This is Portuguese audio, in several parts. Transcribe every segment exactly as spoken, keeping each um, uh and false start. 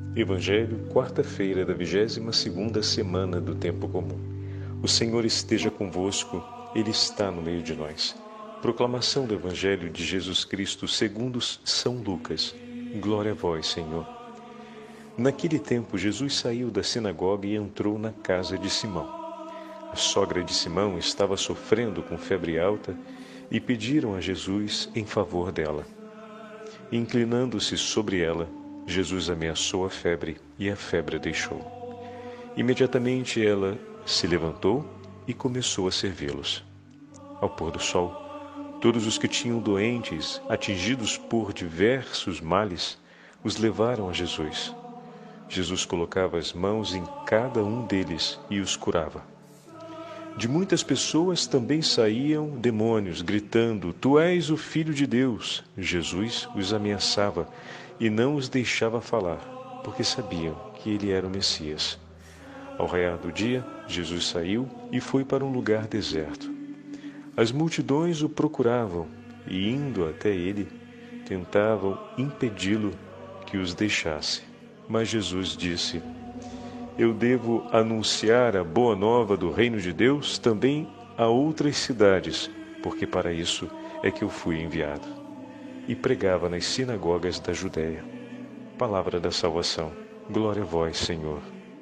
Evangelho, quarta-feira da vigésima segunda semana do Tempo Comum. O Senhor esteja convosco, Ele está no meio de nós. Proclamação do Evangelho de Jesus Cristo segundo São Lucas. Glória a vós, Senhor. Naquele tempo, Jesus saiu da sinagoga e entrou na casa de Simão. A sogra de Simão estava sofrendo com febre alta e pediram a Jesus em favor dela. Inclinando-se sobre ela, Jesus ameaçou a febre e a febre a deixou. Imediatamente ela se levantou e começou a servi-los. Ao pôr do sol, todos os que tinham doentes, atingidos por diversos males, os levaram a Jesus. Jesus colocava as mãos em cada um deles e os curava. De muitas pessoas também saíam demônios, gritando: Tu és o Filho de Deus. Jesus os ameaçava e não os deixava falar, porque sabiam que ele era o Messias. Ao raiar do dia, Jesus saiu e foi para um lugar deserto. As multidões o procuravam e, indo até ele, tentavam impedi-lo que os deixasse. Mas Jesus disse: Eu devo anunciar a boa nova do reino de Deus também a outras cidades, porque para isso é que eu fui enviado. E pregava nas sinagogas da Judéia. Palavra da salvação. Glória a vós, Senhor.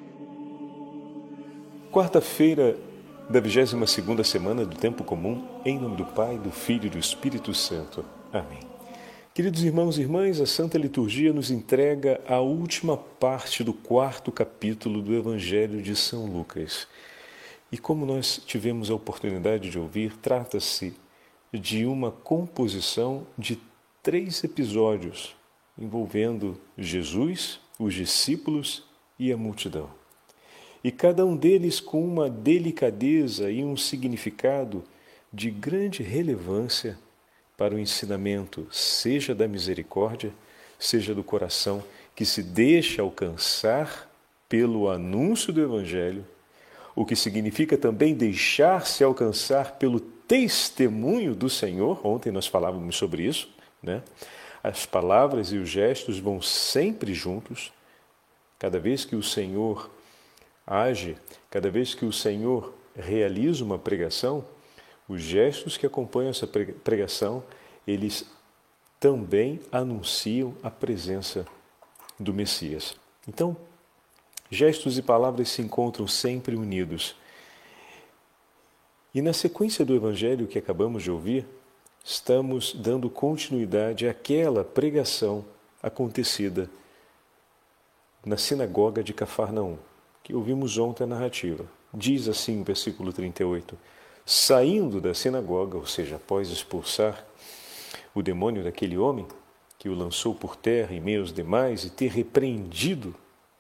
Quarta-feira da vigésima segunda semana do Tempo Comum, em nome do Pai, do Filho e do Espírito Santo. Amém. Queridos irmãos e irmãs, a Santa Liturgia nos entrega a última parte do quarto capítulo do Evangelho de São Lucas. E como nós tivemos a oportunidade de ouvir, trata-se de uma composição de três episódios envolvendo Jesus, os discípulos e a multidão. E cada um deles com uma delicadeza e um significado de grande relevância para o ensinamento, seja da misericórdia, seja do coração que se deixa alcançar pelo anúncio do Evangelho, o que significa também deixar-se alcançar pelo testemunho do Senhor. Ontem nós falávamos sobre isso, né? As palavras e os gestos vão sempre juntos. Cada vez que o Senhor age, cada vez que o Senhor realiza uma pregação, os gestos que acompanham essa pregação, eles também anunciam a presença do Messias. Então, gestos e palavras se encontram sempre unidos. E na sequência do Evangelho que acabamos de ouvir, estamos dando continuidade àquela pregação acontecida na sinagoga de Cafarnaum, que ouvimos ontem a narrativa. Diz assim o versículo trinta e oito: Saindo da sinagoga, ou seja, após expulsar o demônio daquele homem, que o lançou por terra em meio aos demais, e ter repreendido,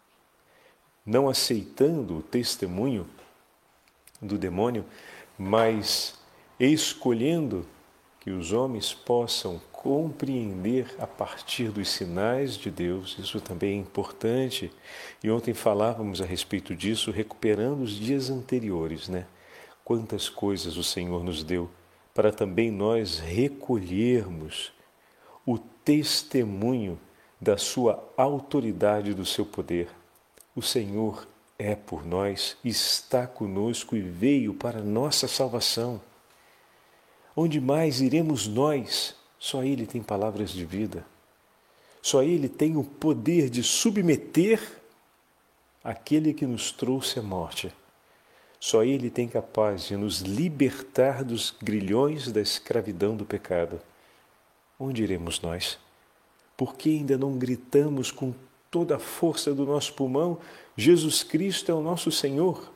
não aceitando o testemunho do demônio, mas escolhendo que os homens possam compreender a partir dos sinais de Deus. Isso também é importante. E ontem falávamos a respeito disso, recuperando os dias anteriores, né? Quantas coisas o Senhor nos deu para também nós recolhermos o testemunho da sua autoridade e do seu poder. O Senhor é por nós, está conosco e veio para nossa salvação. Onde mais iremos nós? Só Ele tem palavras de vida. Só Ele tem o poder de submeter aquele que nos trouxe a morte. Só Ele tem capaz de nos libertar dos grilhões da escravidão do pecado. Onde iremos nós? Por que ainda não gritamos com toda a força do nosso pulmão: Jesus Cristo é o nosso Senhor?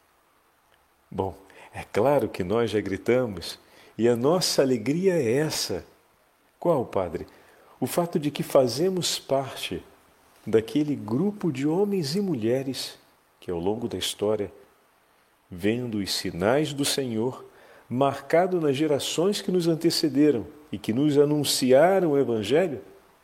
Bom, é claro que nós já gritamos, e a nossa alegria é essa. Qual, Padre? O fato de que fazemos parte daquele grupo de homens e mulheres que, ao longo da história, vendo os sinais do Senhor, marcado nas gerações que nos antecederam e que nos anunciaram o Evangelho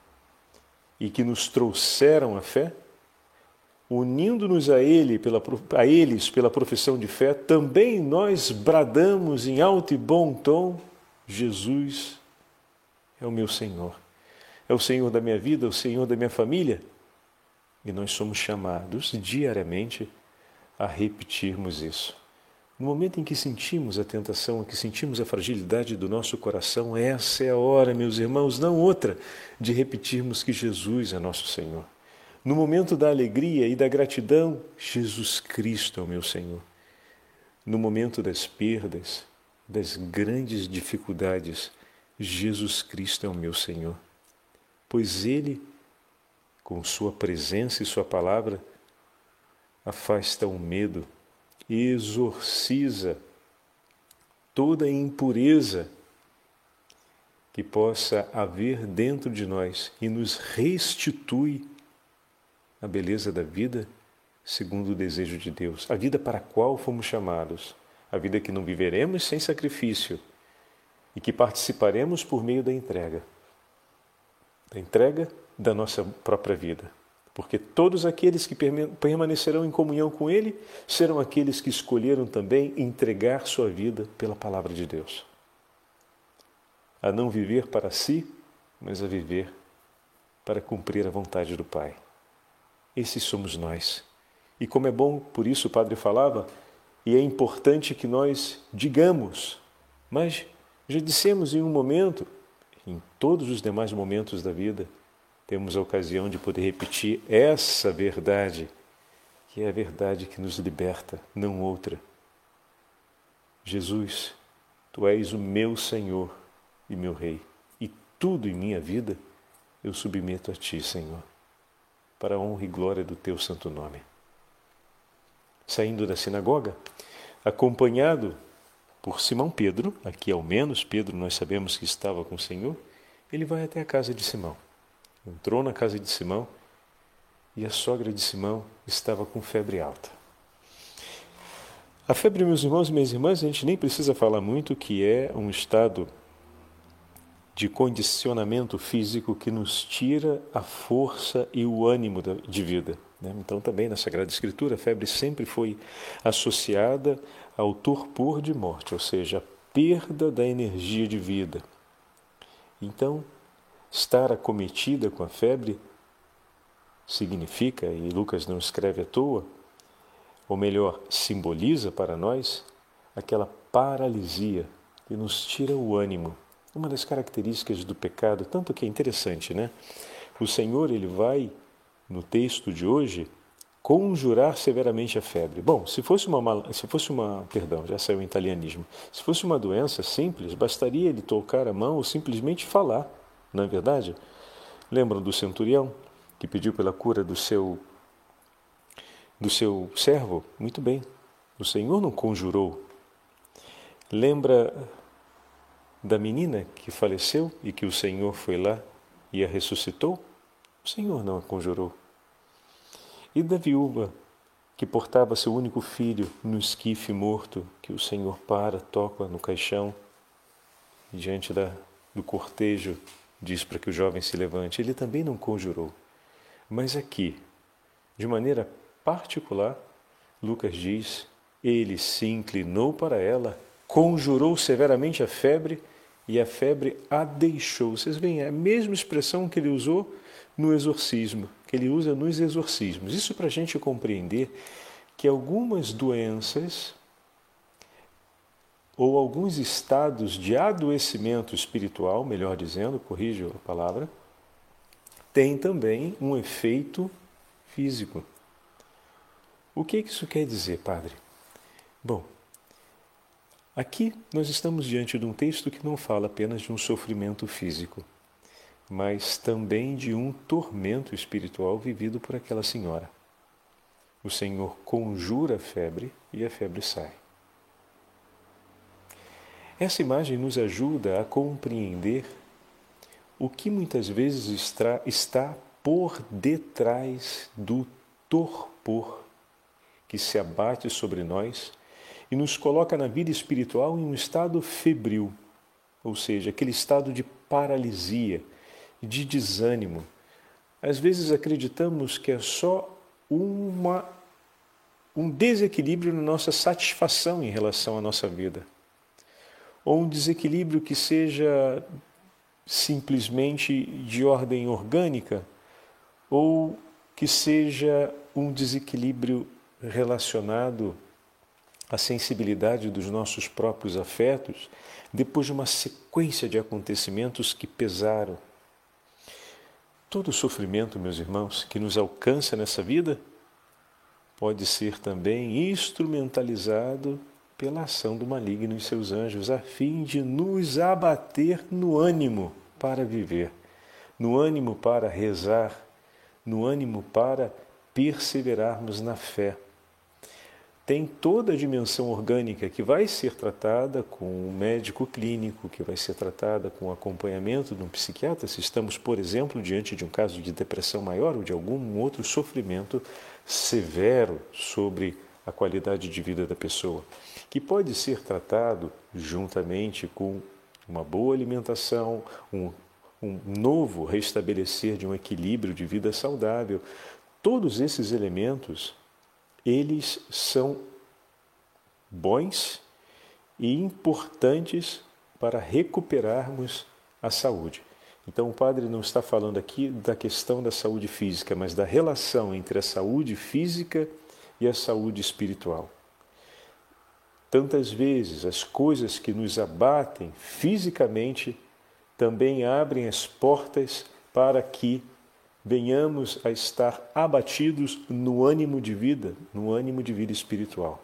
e que nos trouxeram a fé, unindo-nos a, ele pela, a eles pela profissão de fé, também nós bradamos em alto e bom tom: Jesus é o meu Senhor. É o Senhor da minha vida, é o Senhor da minha família. E nós somos chamados diariamente a repetirmos isso. No momento em que sentimos a tentação, em que sentimos a fragilidade do nosso coração, essa é a hora, meus irmãos, não outra, de repetirmos que Jesus é nosso Senhor. No momento da alegria e da gratidão, Jesus Cristo é o meu Senhor. No momento das perdas, das grandes dificuldades, Jesus Cristo é o meu Senhor. Pois Ele, com Sua presença e Sua palavra, afasta o medo, exorciza toda a impureza que possa haver dentro de nós e nos restitui a beleza da vida segundo o desejo de Deus, a vida para a qual fomos chamados, a vida que não viveremos sem sacrifício e que participaremos por meio da entrega, da entrega da nossa própria vida. Porque todos aqueles que permanecerão em comunhão com Ele serão aqueles que escolheram também entregar sua vida pela palavra de Deus. A não viver para si, mas a viver para cumprir a vontade do Pai. Esses somos nós. E como é bom, por isso o Padre falava, e é importante que nós digamos, mas já dissemos em um momento, em todos os demais momentos da vida, temos a ocasião de poder repetir essa verdade, que é a verdade que nos liberta, não outra. Jesus, Tu és o meu Senhor e meu Rei, e tudo em minha vida eu submeto a Ti, Senhor, para a honra e glória do Teu santo nome. Saindo da sinagoga, acompanhado por Simão Pedro, aqui ao menos Pedro nós sabemos que estava com o Senhor, ele vai até a casa de Simão. Entrou na casa de Simão e a sogra de Simão estava com febre alta. A febre, meus irmãos e minhas irmãs, a gente nem precisa falar muito que é um estado de condicionamento físico que nos tira a força e o ânimo de vida. Então também na Sagrada Escritura a febre sempre foi associada ao torpor de morte, ou seja, a perda da energia de vida. Então, estar acometida com a febre significa, e Lucas não escreve à toa, ou melhor, simboliza para nós aquela paralisia que nos tira o ânimo. Uma das características do pecado, tanto que é interessante, né? O Senhor, ele vai, no texto de hoje, conjurar severamente a febre. Bom, se fosse uma, se fosse uma, perdão, já saiu o italianismo, se fosse uma doença simples, bastaria ele tocar a mão ou simplesmente falar. Não é verdade? Lembram do centurião que pediu pela cura do seu, do seu servo? Muito bem, o Senhor não conjurou. Lembra da menina que faleceu e que o Senhor foi lá e a ressuscitou? O Senhor não a conjurou. E da viúva que portava seu único filho no esquife morto, que o Senhor para, toca no caixão, diante da, do cortejo, diz para que o jovem se levante. Ele também não conjurou. Mas aqui, de maneira particular, Lucas diz, ele se inclinou para ela, conjurou severamente a febre e a febre a deixou. Vocês veem, é a mesma expressão que ele usou no exorcismo, que ele usa nos exorcismos. Isso para a gente compreender que algumas doenças ou alguns estados de adoecimento espiritual, melhor dizendo, corrijo a palavra, tem também um efeito físico. O que isso quer dizer, padre? Bom, aqui nós estamos diante de um texto que não fala apenas de um sofrimento físico, mas também de um tormento espiritual vivido por aquela senhora. O Senhor conjura a febre e a febre sai. Essa imagem nos ajuda a compreender o que muitas vezes está, está por detrás do torpor que se abate sobre nós e nos coloca na vida espiritual em um estado febril, ou seja, aquele estado de paralisia, de desânimo. Às vezes acreditamos que é só uma, um desequilíbrio na nossa satisfação em relação à nossa vida. Ou um desequilíbrio que seja simplesmente de ordem orgânica, ou que seja um desequilíbrio relacionado à sensibilidade dos nossos próprios afetos, depois de uma sequência de acontecimentos que pesaram. Todo sofrimento, meus irmãos, que nos alcança nessa vida, pode ser também instrumentalizado pela ação do maligno e seus anjos, a fim de nos abater no ânimo para viver, no ânimo para rezar, no ânimo para perseverarmos na fé. Tem toda a dimensão orgânica que vai ser tratada com um médico clínico, que vai ser tratada com o acompanhamento de um psiquiatra, se estamos, por exemplo, diante de um caso de depressão maior ou de algum outro sofrimento severo sobre a qualidade de vida da pessoa, que pode ser tratado juntamente com uma boa alimentação, um, um novo restabelecer de um equilíbrio de vida saudável. Todos esses elementos, eles são bons e importantes para recuperarmos a saúde. Então o padre não está falando aqui da questão da saúde física, mas da relação entre a saúde física e a saúde espiritual. Tantas vezes as coisas que nos abatem fisicamente também abrem as portas para que venhamos a estar abatidos no ânimo de vida, no ânimo de vida espiritual.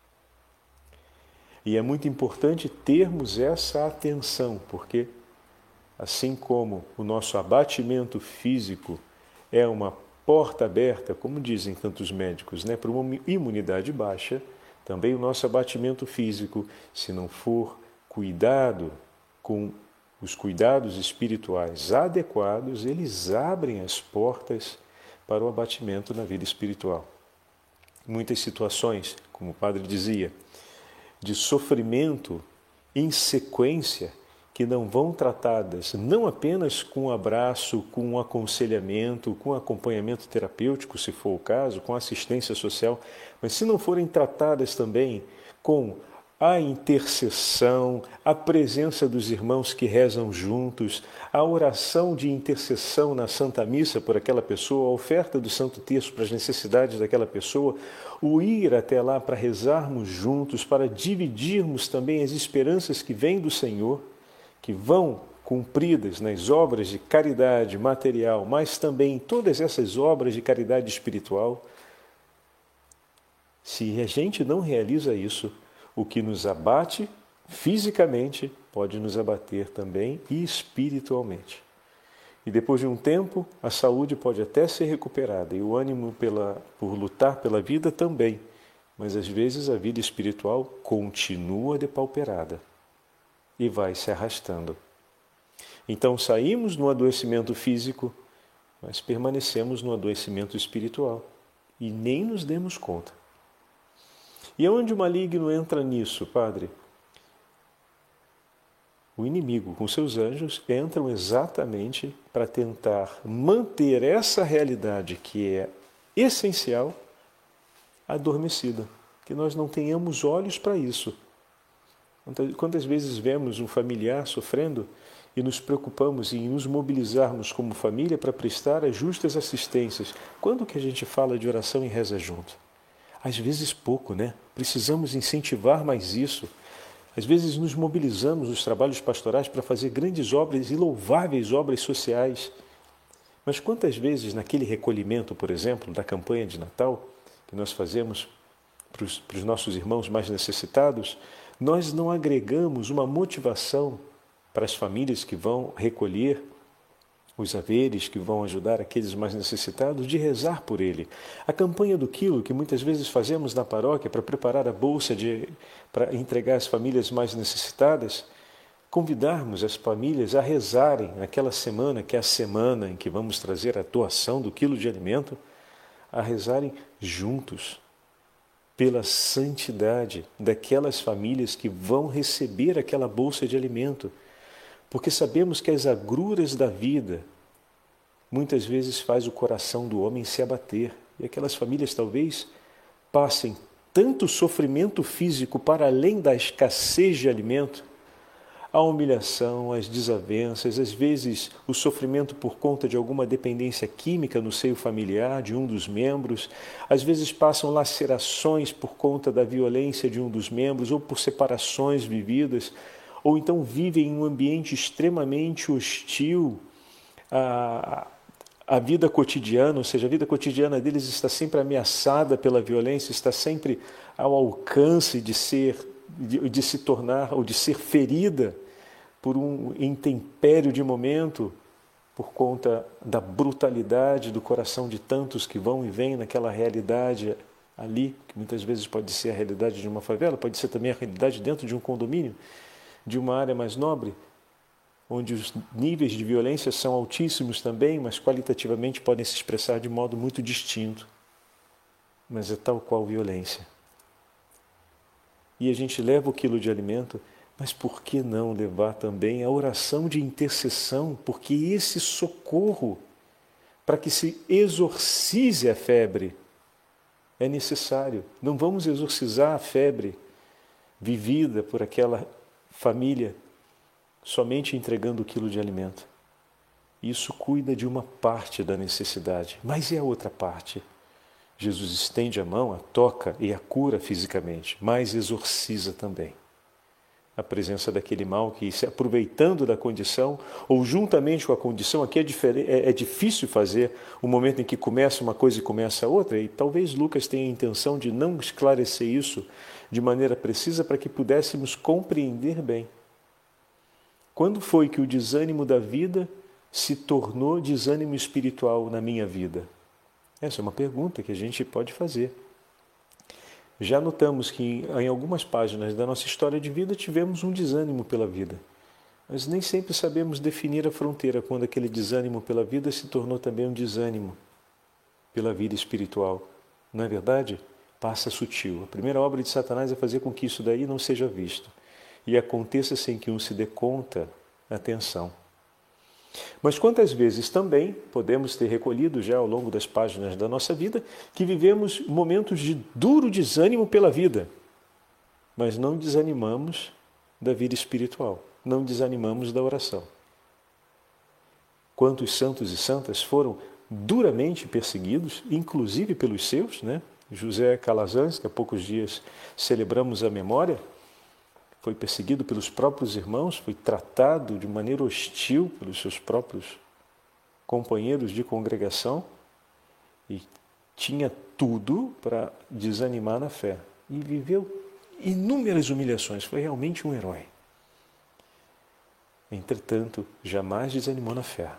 E é muito importante termos essa atenção, porque assim como o nosso abatimento físico é uma porta aberta, como dizem tantos médicos, né, para uma imunidade baixa, também o nosso abatimento físico, se não for cuidado com os cuidados espirituais adequados, eles abrem as portas para o abatimento na vida espiritual. Muitas situações, como o padre dizia, de sofrimento em sequência, que não vão tratadas não apenas com um abraço, com um aconselhamento, com acompanhamento terapêutico, se for o caso, com assistência social, mas se não forem tratadas também com a intercessão, a presença dos irmãos que rezam juntos, a oração de intercessão na Santa Missa por aquela pessoa, a oferta do Santo Terço para as necessidades daquela pessoa, o ir até lá para rezarmos juntos, para dividirmos também as esperanças que vêm do Senhor, que vão cumpridas nas obras de caridade material, mas também em todas essas obras de caridade espiritual. Se a gente não realiza isso, o que nos abate fisicamente pode nos abater também espiritualmente. E depois de um tempo, a saúde pode até ser recuperada e o ânimo pela, por lutar pela vida também, mas às vezes a vida espiritual continua depauperada e vai se arrastando. Então saímos no adoecimento físico, mas permanecemos no adoecimento espiritual e nem nos demos conta. E onde o maligno entra nisso, padre? O inimigo, com seus anjos, entram exatamente para tentar manter essa realidade que é essencial adormecida, que nós não tenhamos olhos para isso. Quantas vezes vemos um familiar sofrendo e nos preocupamos em nos mobilizarmos como família para prestar as justas assistências? Quando que a gente fala de oração e reza junto? Às vezes pouco, né? Precisamos incentivar mais isso. Às vezes nos mobilizamos nos trabalhos pastorais para fazer grandes obras e louváveis obras sociais. Mas quantas vezes naquele recolhimento, por exemplo, da campanha de Natal, que nós fazemos para os, para os nossos irmãos mais necessitados, nós não agregamos uma motivação para as famílias que vão recolher os haveres, que vão ajudar aqueles mais necessitados, de rezar por ele. A campanha do quilo, que muitas vezes fazemos na paróquia para preparar a bolsa de, para entregar às famílias mais necessitadas, convidarmos as famílias a rezarem naquela semana, que é a semana em que vamos trazer a doação do quilo de alimento, a rezarem juntos pela santidade daquelas famílias que vão receber aquela bolsa de alimento. Porque sabemos que as agruras da vida muitas vezes faz o coração do homem se abater. E aquelas famílias talvez passem tanto sofrimento físico para além da escassez de alimento, a humilhação, as desavenças, às vezes o sofrimento por conta de alguma dependência química no seio familiar de um dos membros, às vezes passam lacerações por conta da violência de um dos membros ou por separações vividas, ou então vivem em um ambiente extremamente hostil à, à vida cotidiana, ou seja, a vida cotidiana deles está sempre ameaçada pela violência, está sempre ao alcance de ser, de, de se tornar ou de ser ferida por um intempério de momento, por conta da brutalidade do coração de tantos que vão e vêm naquela realidade ali, que muitas vezes pode ser a realidade de uma favela, pode ser também a realidade dentro de um condomínio, de uma área mais nobre, onde os níveis de violência são altíssimos também, mas qualitativamente podem se expressar de modo muito distinto. Mas é tal qual violência. E a gente leva o quilo de alimento, mas por que não levar também a oração de intercessão? Porque esse socorro, para que se exorcize a febre, é necessário. Não vamos exorcizar a febre vivida por aquela família somente entregando o quilo de alimento. Isso cuida de uma parte da necessidade, mas e a outra parte? Jesus estende a mão, a toca e a cura fisicamente, mas exorciza também a presença daquele mal que, se aproveitando da condição, ou juntamente com a condição, aqui é, é, é difícil fazer o momento em que começa uma coisa e começa a outra, e talvez Lucas tenha a intenção de não esclarecer isso de maneira precisa para que pudéssemos compreender bem. Quando foi que o desânimo da vida se tornou desânimo espiritual na minha vida? Essa é uma pergunta que a gente pode fazer. Já notamos que em algumas páginas da nossa história de vida tivemos um desânimo pela vida, mas nem sempre sabemos definir a fronteira quando aquele desânimo pela vida se tornou também um desânimo pela vida espiritual. Não é verdade? Passa sutil. A primeira obra de Satanás é fazer com que isso daí não seja visto e aconteça sem que um se dê conta. Atenção. Mas quantas vezes também podemos ter recolhido já ao longo das páginas da nossa vida que vivemos momentos de duro desânimo pela vida, mas não desanimamos da vida espiritual, não desanimamos da oração. Quantos santos e santas foram duramente perseguidos, inclusive pelos seus, né? José Calazans, que há poucos dias celebramos a memória, foi perseguido pelos próprios irmãos, foi tratado de maneira hostil pelos seus próprios companheiros de congregação e tinha tudo para desanimar na fé. E viveu inúmeras humilhações, foi realmente um herói. Entretanto, jamais desanimou na fé.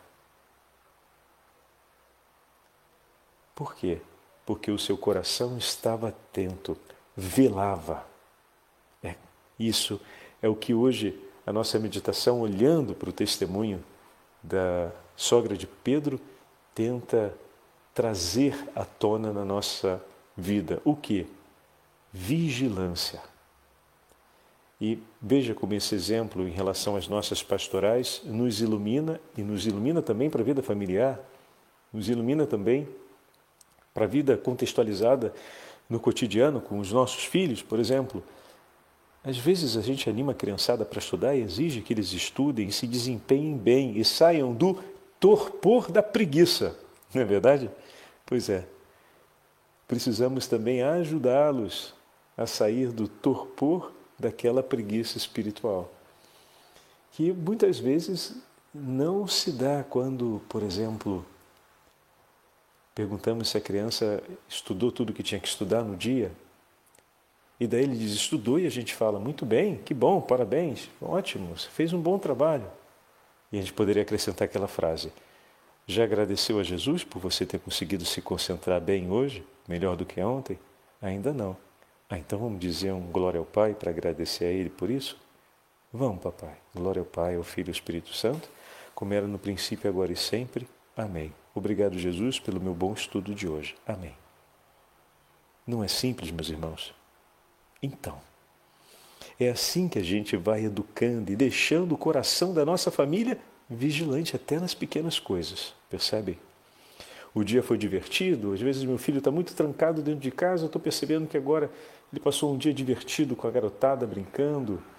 Por quê? Porque o seu coração estava atento, velava. É Isso é o que hoje a nossa meditação, olhando para o testemunho da sogra de Pedro, tenta trazer à tona na nossa vida. O quê? Vigilância. E veja como esse exemplo em relação às nossas pastorais nos ilumina e nos ilumina também para a vida familiar, nos ilumina também para a vida contextualizada no cotidiano com os nossos filhos, por exemplo. Às vezes a gente anima a criançada para estudar e exige que eles estudem, se desempenhem bem e saiam do torpor da preguiça. Não é verdade? Pois é. Precisamos também ajudá-los a sair do torpor daquela preguiça espiritual, que muitas vezes não se dá quando, por exemplo, perguntamos se a criança estudou tudo o que tinha que estudar no dia. E daí ele diz, estudou, e a gente fala, muito bem, que bom, parabéns, ótimo, você fez um bom trabalho. E a gente poderia acrescentar aquela frase, já agradeceu a Jesus por você ter conseguido se concentrar bem hoje, melhor do que ontem? Ainda não. Ah, então vamos dizer um glória ao Pai para agradecer a Ele por isso? Vamos, papai. Glória ao Pai, ao Filho e ao Espírito Santo, como era no princípio, agora e sempre. Amém. Obrigado, Jesus, pelo meu bom estudo de hoje. Amém. Não é simples, meus irmãos? Então, é assim que a gente vai educando e deixando o coração da nossa família vigilante até nas pequenas coisas, percebem? O dia foi divertido, às vezes meu filho está muito trancado dentro de casa, eu estou percebendo que agora ele passou um dia divertido com a garotada, brincando,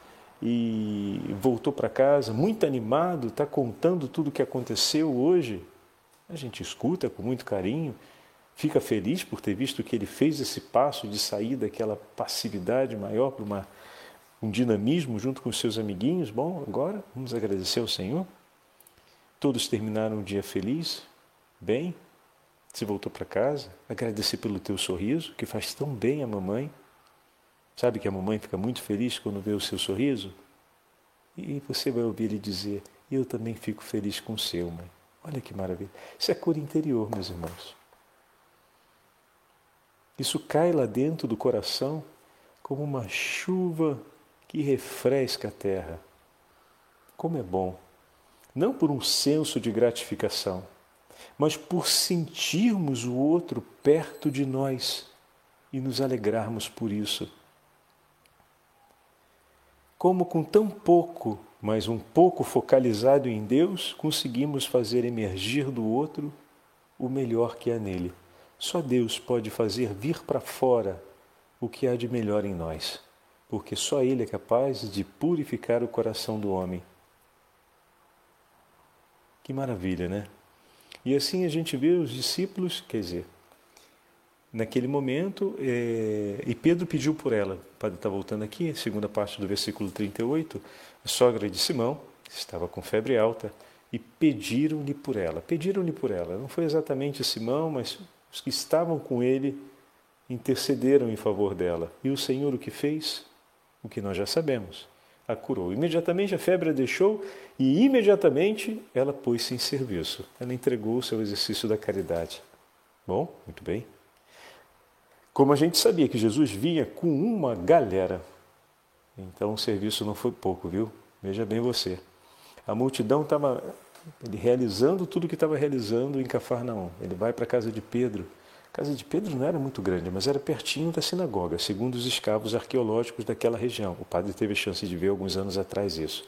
e voltou para casa muito animado, está contando tudo o que aconteceu hoje. A gente escuta com muito carinho, fica feliz por ter visto que ele fez esse passo de sair daquela passividade maior para uma, um dinamismo junto com os seus amiguinhos. Bom, agora vamos agradecer ao Senhor. Todos terminaram um dia feliz, bem. Você voltou para casa, agradecer pelo teu sorriso, que faz tão bem a mamãe. Sabe que a mamãe fica muito feliz quando vê o seu sorriso? E você vai ouvir ele dizer, eu também fico feliz com o seu, mãe. Olha que maravilha. Isso é cura interior, meus irmãos. Isso cai lá dentro do coração como uma chuva que refresca a terra. Como é bom. Não por um senso de gratificação, mas por sentirmos o outro perto de nós e nos alegrarmos por isso. Como com tão pouco, mas um pouco focalizado em Deus, conseguimos fazer emergir do outro o melhor que há nele. Só Deus pode fazer vir para fora o que há de melhor em nós, porque só Ele é capaz de purificar o coração do homem. Que maravilha, né? E assim a gente vê os discípulos, quer dizer, naquele momento, é, e Pedro pediu por ela. O padre está voltando aqui, segunda parte do versículo trinta e oito, a sogra de Simão estava com febre alta e pediram-lhe por ela. Pediram-lhe por ela. Não foi exatamente Simão, mas os que estavam com ele intercederam em favor dela. E o Senhor o que fez? O que nós já sabemos. A curou. Imediatamente a febre a deixou e imediatamente ela pôs-se em serviço. Ela entregou-se ao exercício da caridade. Bom, muito bem. Como a gente sabia que Jesus vinha com uma galera, então o serviço não foi pouco, viu? Veja bem você. A multidão estava ele realizando tudo o que estava realizando em Cafarnaum. Ele vai para a casa de Pedro. A casa de Pedro não era muito grande, mas era pertinho da sinagoga, segundo os escavos arqueológicos daquela região. O padre teve a chance de ver alguns anos atrás isso.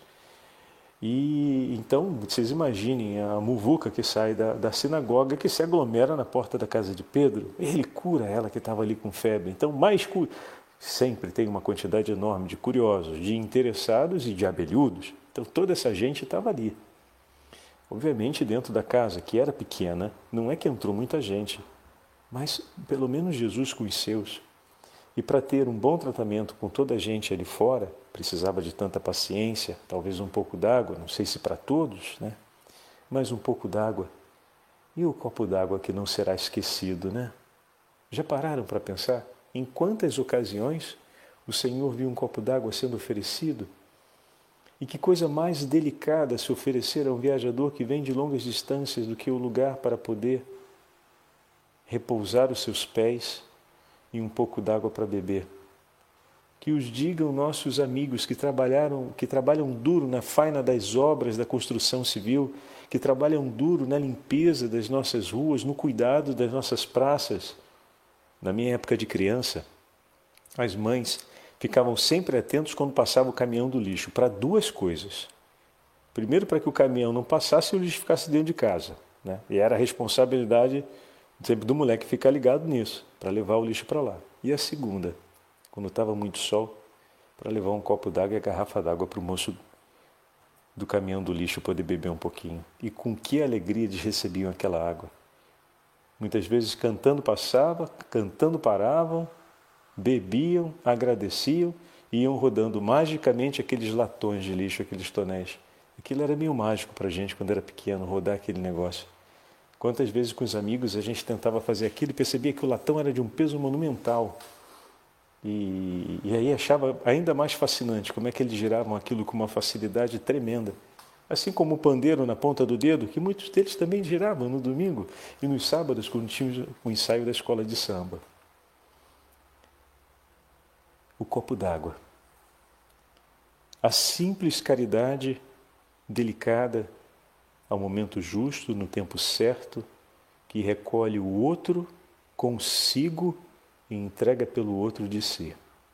E então, vocês imaginem a muvuca que sai da, da sinagoga, que se aglomera na porta da casa de Pedro. Ele cura ela que estava ali com febre. Então, mais cu... sempre tem uma quantidade enorme de curiosos, de interessados e de abelhudos. Então, toda essa gente estava ali. Obviamente, dentro da casa, que era pequena, não é que entrou muita gente, mas pelo menos Jesus com os seus. E para ter um bom tratamento com toda a gente ali fora, precisava de tanta paciência, talvez um pouco d'água, não sei se para todos, né? Mas um pouco d'água. E o copo d'água que não será esquecido, né? Já pararam para pensar em quantas ocasiões o Senhor viu um copo d'água sendo oferecido? E que coisa mais delicada se oferecer a um viajador que vem de longas distâncias do que o lugar para poder repousar os seus pés e um pouco d'água para beber. Que os digam nossos amigos que trabalharam, que trabalham duro na faina das obras da construção civil, que trabalham duro na limpeza das nossas ruas, no cuidado das nossas praças. Na minha época de criança, as mães ficavam sempre atentos quando passava o caminhão do lixo, para duas coisas. Primeiro, para que o caminhão não passasse e o lixo ficasse dentro de casa, né? E era a responsabilidade sempre do moleque ficar ligado nisso, para levar o lixo para lá. E a segunda, quando estava muito sol, para levar um copo d'água e a garrafa d'água para o moço do caminhão do lixo poder beber um pouquinho. E com que alegria eles recebiam aquela água. Muitas vezes cantando passava, cantando paravam, bebiam, agradeciam e iam rodando magicamente aqueles latões de lixo, aqueles tonéis. Aquilo era meio mágico para a gente quando era pequeno, rodar aquele negócio. Quantas vezes com os amigos a gente tentava fazer aquilo e percebia que o latão era de um peso monumental. E, e aí achava ainda mais fascinante como é que eles giravam aquilo com uma facilidade tremenda. Assim como o pandeiro na ponta do dedo, que muitos deles também giravam no domingo e nos sábados quando tinha o ensaio da escola de samba. O copo d'água. A simples caridade delicada, ao momento justo, no tempo certo, que recolhe o outro consigo e entrega pelo outro de si.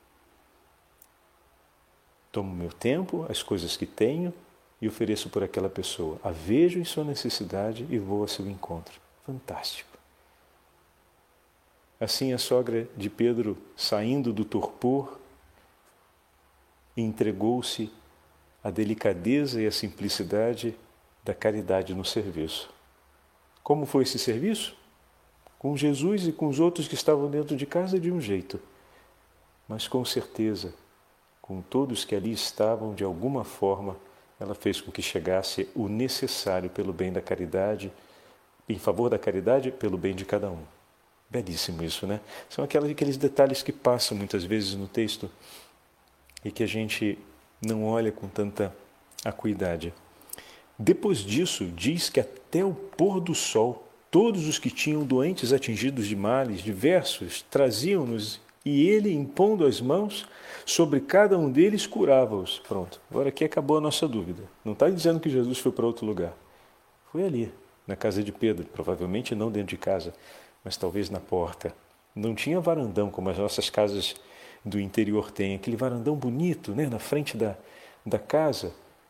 Tomo meu tempo, as coisas que tenho e ofereço por aquela pessoa. A vejo em sua necessidade e vou ao seu encontro. Fantástico. Assim a sogra de Pedro, saindo do torpor, entregou-se a delicadeza e a simplicidade da caridade no serviço. Como foi esse serviço? Com Jesus e com os outros que estavam dentro de casa de um jeito, mas com certeza, com todos que ali estavam, de alguma forma, ela fez com que chegasse o necessário pelo bem da caridade, em favor da caridade, pelo bem de cada um. Belíssimo isso, né? São aquelas, aqueles detalhes que passam muitas vezes no texto e que a gente não olha com tanta acuidade. Depois disso, diz que até o pôr do sol, todos os que tinham doentes atingidos de males diversos traziam-nos e ele, impondo as mãos sobre cada um deles, curava-os. Pronto, agora aqui acabou a nossa dúvida. Não está dizendo que Jesus foi para outro lugar. Foi ali, na casa de Pedro, provavelmente não dentro de casa, mas talvez na porta. Não tinha varandão como as nossas casas do interior têm, aquele varandão bonito, né, na frente da, da casa,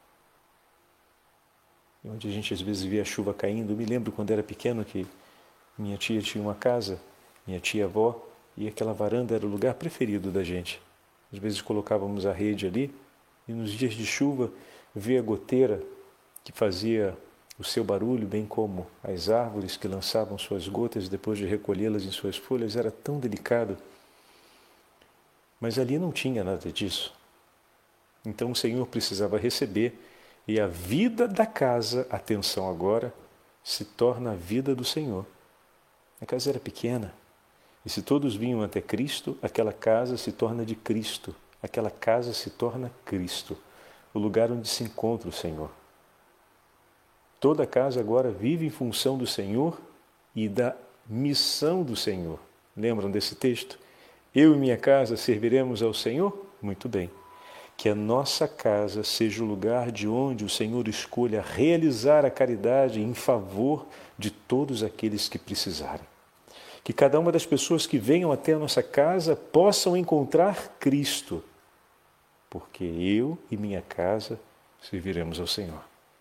onde a gente às vezes vê a chuva caindo. Eu me lembro quando era pequeno que minha tia tinha uma casa, minha tia-avó, e aquela varanda era o lugar preferido da gente. Às vezes colocávamos a rede ali e nos dias de chuva ver a goteira que fazia o seu barulho, bem como as árvores que lançavam suas gotas depois de recolhê-las em suas folhas, era tão delicado. Mas ali não tinha nada disso. Então o Senhor precisava receber e a vida da casa, atenção agora, se torna a vida do Senhor. A casa era pequena. E se todos vinham até Cristo, aquela casa se torna de Cristo. Aquela casa se torna Cristo, o lugar onde se encontra o Senhor. Toda casa agora vive em função do Senhor e da missão do Senhor. Lembram desse texto? Eu e minha casa serviremos ao Senhor? Muito bem. Que a nossa casa seja o lugar de onde o Senhor escolha realizar a caridade em favor de todos aqueles que precisarem. Que cada uma das pessoas que venham até a nossa casa possam encontrar Cristo, porque eu e minha casa serviremos ao Senhor.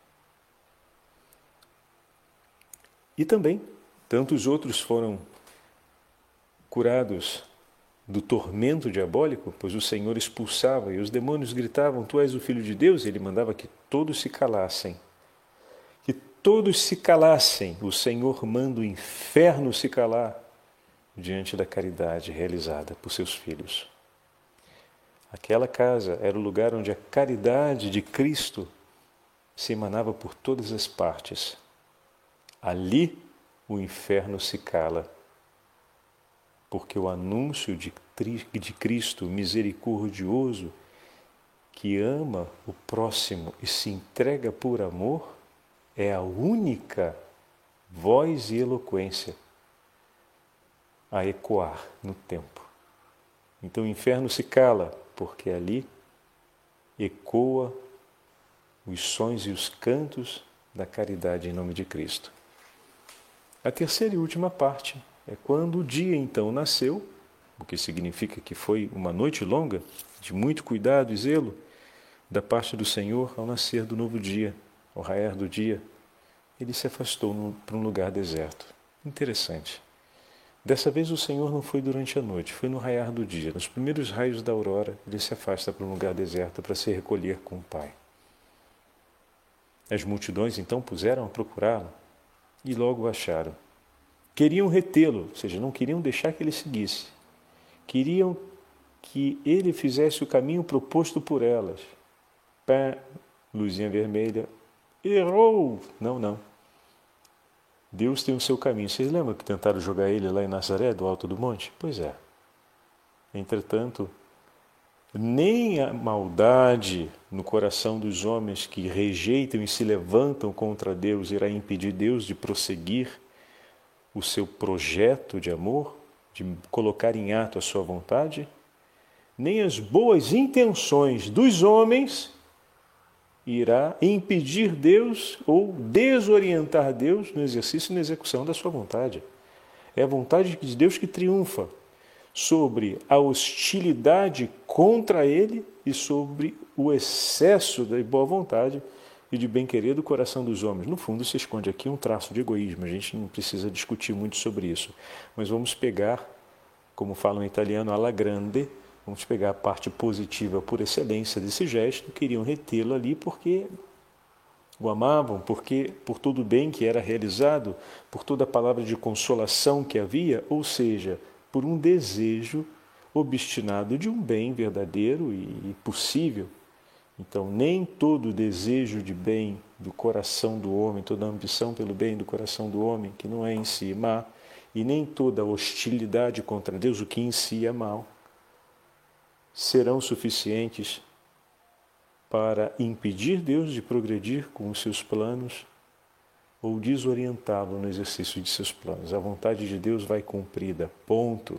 E também, tantos outros foram curados do tormento diabólico, pois o Senhor expulsava e os demônios gritavam: Tu és o Filho de Deus, e Ele mandava que todos se calassem. Que todos se calassem. O Senhor manda o inferno se calar diante da caridade realizada por seus filhos. Aquela casa era o lugar onde a caridade de Cristo se emanava por todas as partes. Ali o inferno se cala, porque o anúncio de, de Cristo misericordioso, que ama o próximo e se entrega por amor, é a única voz e eloquência a ecoar no tempo. Então o inferno se cala, porque ali ecoa os sons e os cantos da caridade em nome de Cristo. A terceira e última parte é quando o dia então nasceu, o que significa que foi uma noite longa, de muito cuidado e zelo, da parte do Senhor ao nascer do novo dia, ao raiar do dia. Ele se afastou para um lugar deserto. Interessante. Dessa vez o Senhor não foi durante a noite, foi no raiar do dia. Nos primeiros raios da aurora, ele se afasta para um lugar deserto para se recolher com o Pai. As multidões então puseram a procurá-lo e logo o acharam. Queriam retê-lo, ou seja, não queriam deixar que ele seguisse. Queriam que ele fizesse o caminho proposto por elas. Pé, luzinha vermelha, errou! Não, não. Deus tem o seu caminho. Vocês lembram que tentaram jogar ele lá em Nazaré, do alto do monte? Pois é. Entretanto, nem a maldade no coração dos homens que rejeitam e se levantam contra Deus irá impedir Deus de prosseguir o seu projeto de amor, de colocar em ato a sua vontade, nem as boas intenções dos homens irá impedir Deus ou desorientar Deus no exercício e na execução da sua vontade. É a vontade de Deus que triunfa sobre a hostilidade contra Ele e sobre o excesso da boa vontade e de bem-querer do coração dos homens. No fundo, se esconde aqui um traço de egoísmo. A gente não precisa discutir muito sobre isso. Mas vamos pegar, como falam em italiano, alla grande, Vamos pegar a parte positiva por excelência desse gesto, queriam retê-lo ali porque o amavam, porque por todo o bem que era realizado, por toda a palavra de consolação que havia, ou seja, por um desejo obstinado de um bem verdadeiro e possível. Então, nem todo desejo de bem do coração do homem, toda ambição pelo bem do coração do homem, que não é em si má, e nem toda hostilidade contra Deus, o que em si é mal, serão suficientes para impedir Deus de progredir com os seus planos ou desorientá-lo no exercício de seus planos. A vontade de Deus vai cumprida, ponto.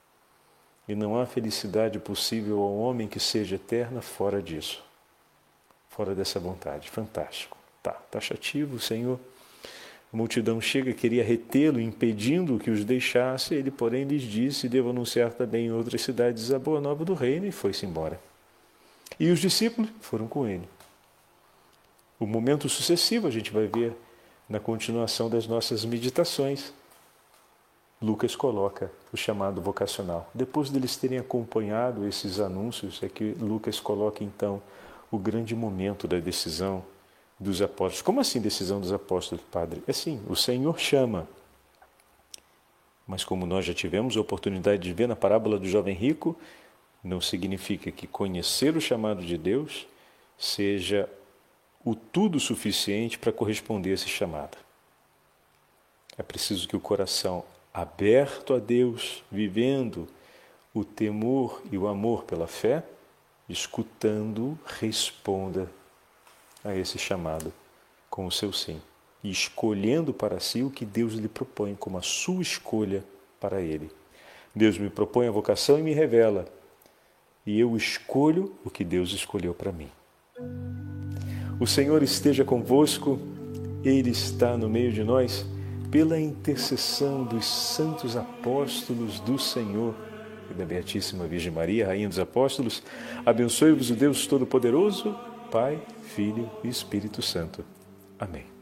E não há felicidade possível ao homem que seja eterna fora disso, fora dessa vontade. Fantástico. Tá, taxativo, Senhor. A multidão chega, queria retê-lo, impedindo que os deixasse. Ele, porém, lhes disse: devo anunciar também em outras cidades a boa nova do reino, e foi-se embora. E os discípulos foram com ele. O momento sucessivo a gente vai ver na continuação das nossas meditações. Lucas coloca o chamado vocacional. Depois deles terem acompanhado esses anúncios, é que Lucas coloca então o grande momento da decisão dos apóstolos. Como assim decisão dos apóstolos, padre? É assim, o Senhor chama. Mas como nós já tivemos a oportunidade de ver na parábola do jovem rico, não significa que conhecer o chamado de Deus seja o tudo suficiente para corresponder a esse chamado. É preciso que o coração aberto a Deus, vivendo o temor e o amor pela fé, escutando, responda a esse chamado com o seu sim, e escolhendo para si o que Deus lhe propõe como a sua escolha para ele. Deus me propõe a vocação e me revela, e eu escolho o que Deus escolheu para mim. O Senhor esteja convosco, Ele está no meio de nós, pela intercessão dos santos apóstolos do Senhor e da Beatíssima Virgem Maria, Rainha dos Apóstolos, abençoe-vos o Deus Todo-Poderoso, Pai, Filho e Espírito Santo. Amém.